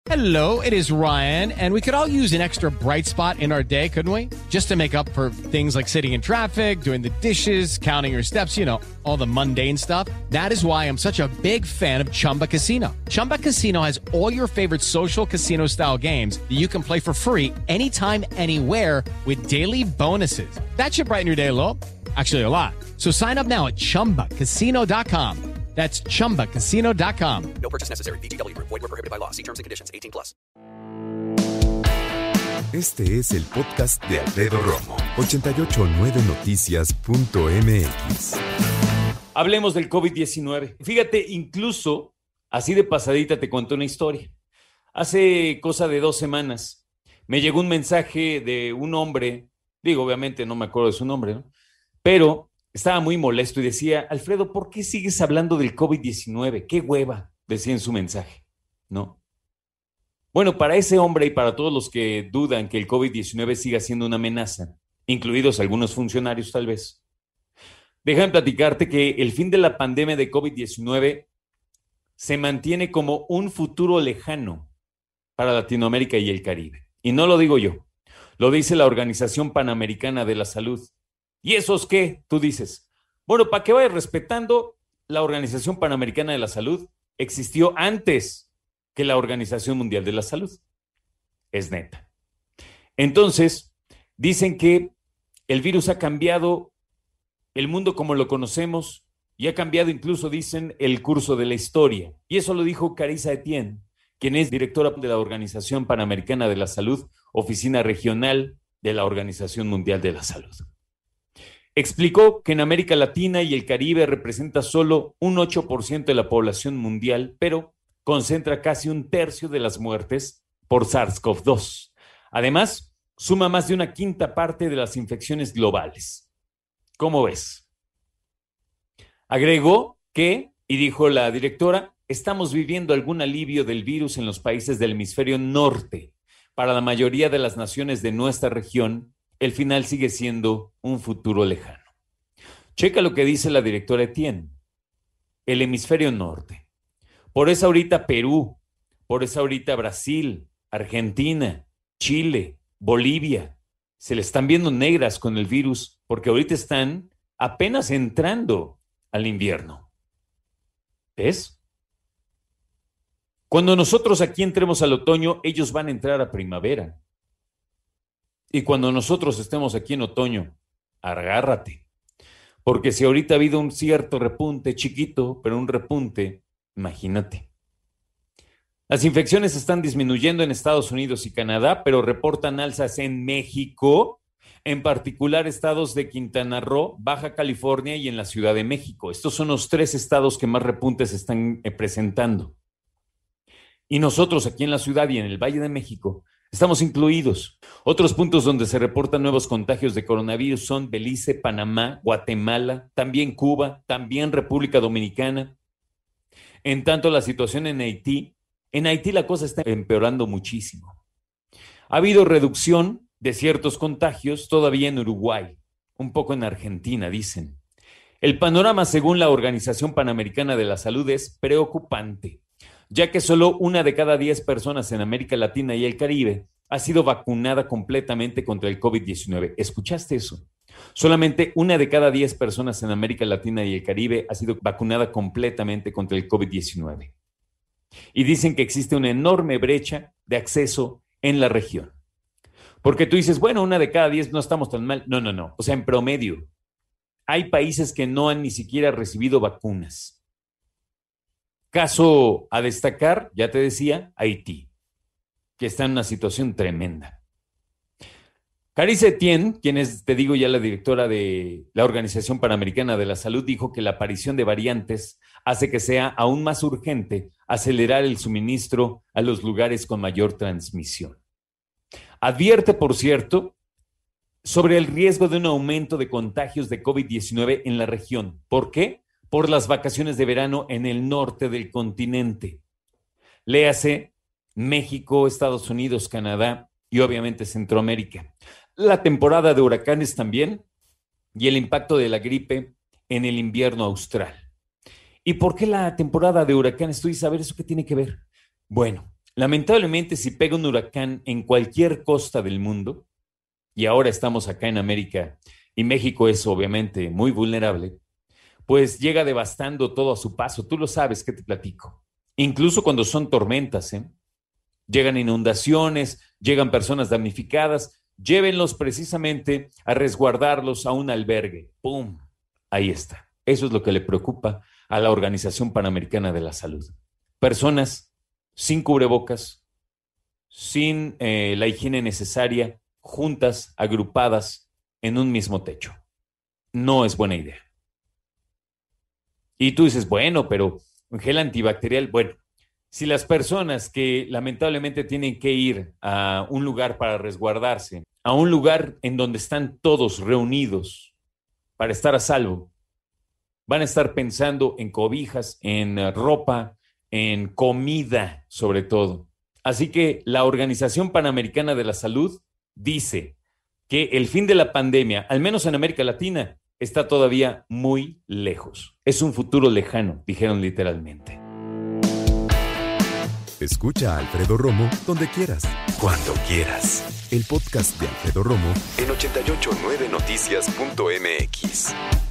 Hello, it is Ryan, and we could all use an extra bright spot in our day, couldn't we? Just to make up for things like sitting in traffic, doing the dishes, counting your steps, you know, all the mundane stuff. That is why I'm such a big fan of Chumba Casino. Chumba Casino has all your favorite social casino-style games that you can play for free anytime, anywhere with daily bonuses. That should brighten your day a little. Actually, a lot. So sign up now at ChumbaCasino.com. That's ChumbaCasino.com. No purchase necessary. VGW Group. Void where prohibited by law. See terms and conditions. 18+. Este es el podcast de Alfredo Romo. 889noticias.mx. Hablemos del COVID-19. Fíjate, incluso, así de pasadita te cuento una historia. Hace cosa de 2 semanas me llegó un mensaje de un hombre, digo, obviamente no me acuerdo de su nombre, ¿no? Pero estaba muy molesto y decía, Alfredo, ¿por qué sigues hablando del COVID-19? ¡Qué hueva!, decía en su mensaje, ¿no? Bueno, para ese hombre y para todos los que dudan que el COVID-19 siga siendo una amenaza, incluidos algunos funcionarios tal vez, déjame platicarte que el fin de la pandemia de COVID-19 se mantiene como un futuro lejano para Latinoamérica y el Caribe. Y no lo digo yo, lo dice la Organización Panamericana de la Salud. ¿Y esos qué? Tú dices. Bueno, para que vayas respetando, la Organización Panamericana de la Salud existió antes que la Organización Mundial de la Salud. Es neta. Entonces, dicen que el virus ha cambiado el mundo como lo conocemos y ha cambiado incluso, dicen, el curso de la historia. Y eso lo dijo Carissa Etienne, quien es directora de la Organización Panamericana de la Salud, oficina regional de la Organización Mundial de la Salud. Explicó que en América Latina y el Caribe representa solo un 8% de la población mundial, pero concentra casi 1/3 de las muertes por SARS-CoV-2. Además, suma más de 1/5 parte de las infecciones globales. ¿Cómo ves? Agregó que, y dijo la directora, estamos viviendo algún alivio del virus en los países del hemisferio norte. Para la mayoría de las naciones de nuestra región, el final sigue siendo un futuro lejano. Checa lo que dice la directora Etienne. El hemisferio norte. Por eso ahorita Perú, por eso ahorita Brasil, Argentina, Chile, Bolivia, se le están viendo negras con el virus porque ahorita están apenas entrando al invierno. ¿Ves? Cuando nosotros aquí entremos al otoño, ellos van a entrar a primavera. Y cuando nosotros estemos aquí en otoño, agárrate. Porque si ahorita ha habido un cierto repunte chiquito, pero un repunte, imagínate. Las infecciones están disminuyendo en Estados Unidos y Canadá, pero reportan alzas en México, en particular estados de Quintana Roo, Baja California y en la Ciudad de México. Estos son los 3 estados que más repuntes están presentando. Y nosotros aquí en la ciudad y en el Valle de México estamos incluidos. Otros puntos donde se reportan nuevos contagios de coronavirus son Belice, Panamá, Guatemala, también Cuba, también República Dominicana. En tanto, la situación en Haití la cosa está empeorando muchísimo. Ha habido reducción de ciertos contagios todavía en Uruguay, un poco en Argentina, dicen. El panorama, según la Organización Panamericana de la Salud, es preocupante, ya que solo 1 de cada 10 personas en América Latina y el Caribe ha sido vacunada completamente contra el COVID-19. ¿Escuchaste eso? Solamente 1 de cada 10 personas en América Latina y el Caribe ha sido vacunada completamente contra el COVID-19. Y dicen que existe una enorme brecha de acceso en la región. Porque tú dices, bueno, 1 de cada 10 no estamos tan mal. No. O sea, en promedio, hay países que no han ni siquiera recibido vacunas. Caso a destacar, ya te decía, Haití, que está en una situación tremenda. Carissa Etienne, quien es, te digo ya, la directora de la Organización Panamericana de la Salud, dijo que la aparición de variantes hace que sea aún más urgente acelerar el suministro a los lugares con mayor transmisión. Advierte, por cierto, sobre el riesgo de un aumento de contagios de COVID-19 en la región. ¿Por qué? Por las vacaciones de verano en el norte del continente. Léase México, Estados Unidos, Canadá y obviamente Centroamérica. La temporada de huracanes también y el impacto de la gripe en el invierno austral. ¿Y por qué la temporada de huracanes? Tú dices, a ver, ¿eso qué tiene que ver? Bueno, Lamentablemente, si pega un huracán en cualquier costa del mundo, y ahora estamos acá en América, y México es obviamente muy vulnerable, pues llega devastando todo a su paso. Tú lo sabes, ¿qué te platico? Incluso cuando son tormentas, llegan inundaciones, llegan personas damnificadas, llévenlos precisamente a resguardarlos a un albergue. ¡Pum! Ahí está. Eso es lo que le preocupa a la Organización Panamericana de la Salud. Personas sin cubrebocas, sin la higiene necesaria, juntas, agrupadas en un mismo techo. No es buena idea. Y tú dices, bueno, pero un gel antibacterial, bueno, si las personas que lamentablemente tienen que ir a un lugar para resguardarse, a un lugar en donde están todos reunidos para estar a salvo, van a estar pensando en cobijas, en ropa, en comida, sobre todo. Así que la Organización Panamericana de la Salud dice que el fin de la pandemia, al menos en América Latina, está todavía muy lejos. Es un futuro lejano, dijeron literalmente. Escucha a Alfredo Romo donde quieras, cuando quieras. El podcast de Alfredo Romo en 889noticias.mx.